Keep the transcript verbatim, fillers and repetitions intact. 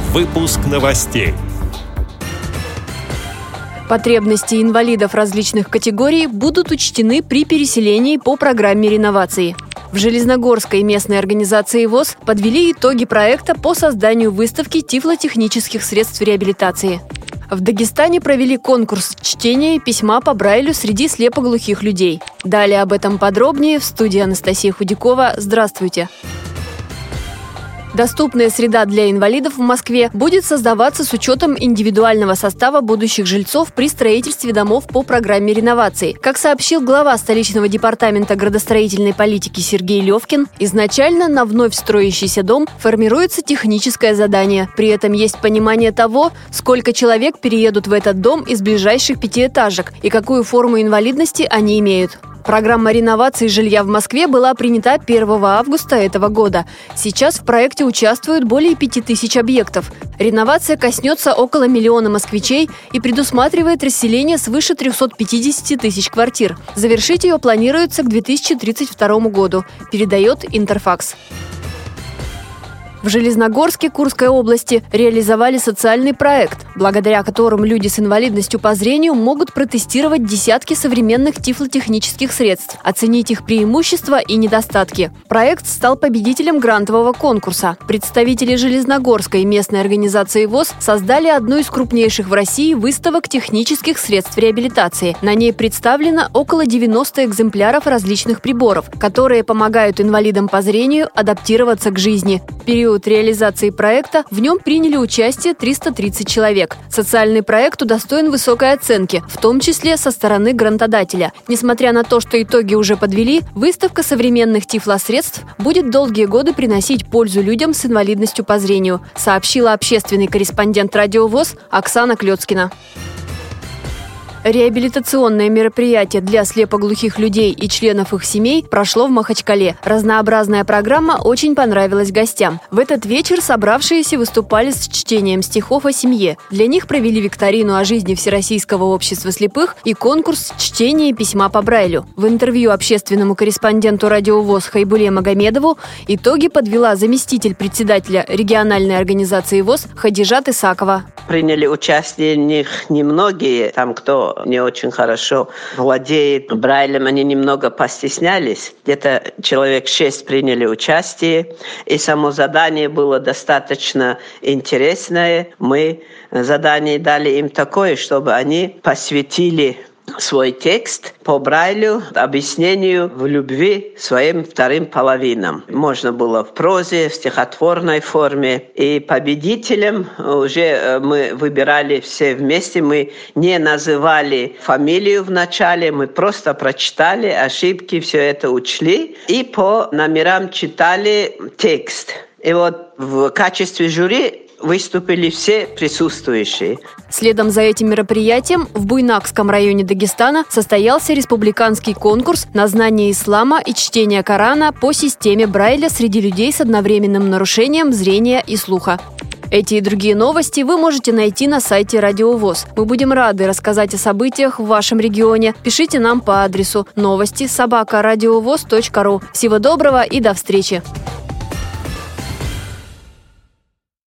Выпуск новостей. Потребности инвалидов различных категорий будут учтены при переселении по программе реновации. В Железногорской местной организации ВОС подвели итоги проекта по созданию выставки тифлотехнических средств реабилитации. В Дагестане провели конкурс чтения письма по Брайлю среди слепоглухих людей. Далее об этом подробнее в студии Анастасия Худякова. Здравствуйте! Доступная среда для инвалидов в Москве будет создаваться с учетом индивидуального состава будущих жильцов при строительстве домов по программе реновации. Как сообщил глава столичного департамента градостроительной политики Сергей Левкин, изначально на вновь строящийся дом формируется техническое задание. При этом есть понимание того, сколько человек переедут в этот дом из ближайших пятиэтажек и какую форму инвалидности они имеют. Программа реновации жилья в Москве была принята первого августа этого года. Сейчас в проекте участвуют более пяти тысяч объектов. Реновация коснется около миллиона москвичей и предусматривает расселение свыше трехсот пятидесяти тысяч квартир. Завершить ее планируется к две тысячи тридцать второму году, передает Интерфакс. В Железногорске Курской области реализовали социальный проект, благодаря которому люди с инвалидностью по зрению могут протестировать десятки современных тифлотехнических средств, оценить их преимущества и недостатки. Проект стал победителем грантового конкурса. Представители Железногорской местной организации ВОС создали одну из крупнейших в России выставок технических средств реабилитации. На ней представлено около девяноста экземпляров различных приборов, которые помогают инвалидам по зрению адаптироваться к жизни. В период реализации проекта в нем приняли участие триста тридцать человек. Социальный проект удостоен высокой оценки, в том числе со стороны грантодателя. Несмотря на то, что итоги уже подвели, выставка современных тифлосредств будет долгие годы приносить пользу людям с инвалидностью по зрению, сообщила общественный корреспондент Радио ВОС Оксана Клёцкина. Реабилитационное мероприятие для слепоглухих людей и членов их семей прошло в Махачкале. Разнообразная программа очень понравилась гостям. В этот вечер собравшиеся выступали с чтением стихов о семье. Для них провели викторину о жизни Всероссийского общества слепых и конкурс чтения письма по Брайлю. В интервью общественному корреспонденту Радио ВОС Хайбуле Магомедову итоги подвела заместитель председателя региональной организации ВОС Хадижат Исакова. Приняли участие в них немногие, там кто не очень хорошо владеет Брайлем, они немного постеснялись. Где-то человек шесть приняли участие, и само задание было достаточно интересное. Мы задание дали им такое, чтобы они посвятили свой текст по Брайлю объяснению в любви своим вторым половинам. Можно было в прозе, в стихотворной форме. И победителем уже мы выбирали все вместе. Мы не называли фамилию в начале, мы просто прочитали ошибки, все это учли и по номерам читали текст. И вот в качестве жюри выступили все присутствующие. Следом за этим мероприятием в Буйнакском районе Дагестана состоялся республиканский конкурс на знание ислама и чтение Корана по системе Брайля среди людей с одновременным нарушением зрения и слуха. Эти и другие новости вы можете найти на сайте Радио ВОС. Мы будем рады рассказать о событиях в вашем регионе. Пишите нам по адресу новости собака радиовос точка ру. Всего доброго и до встречи!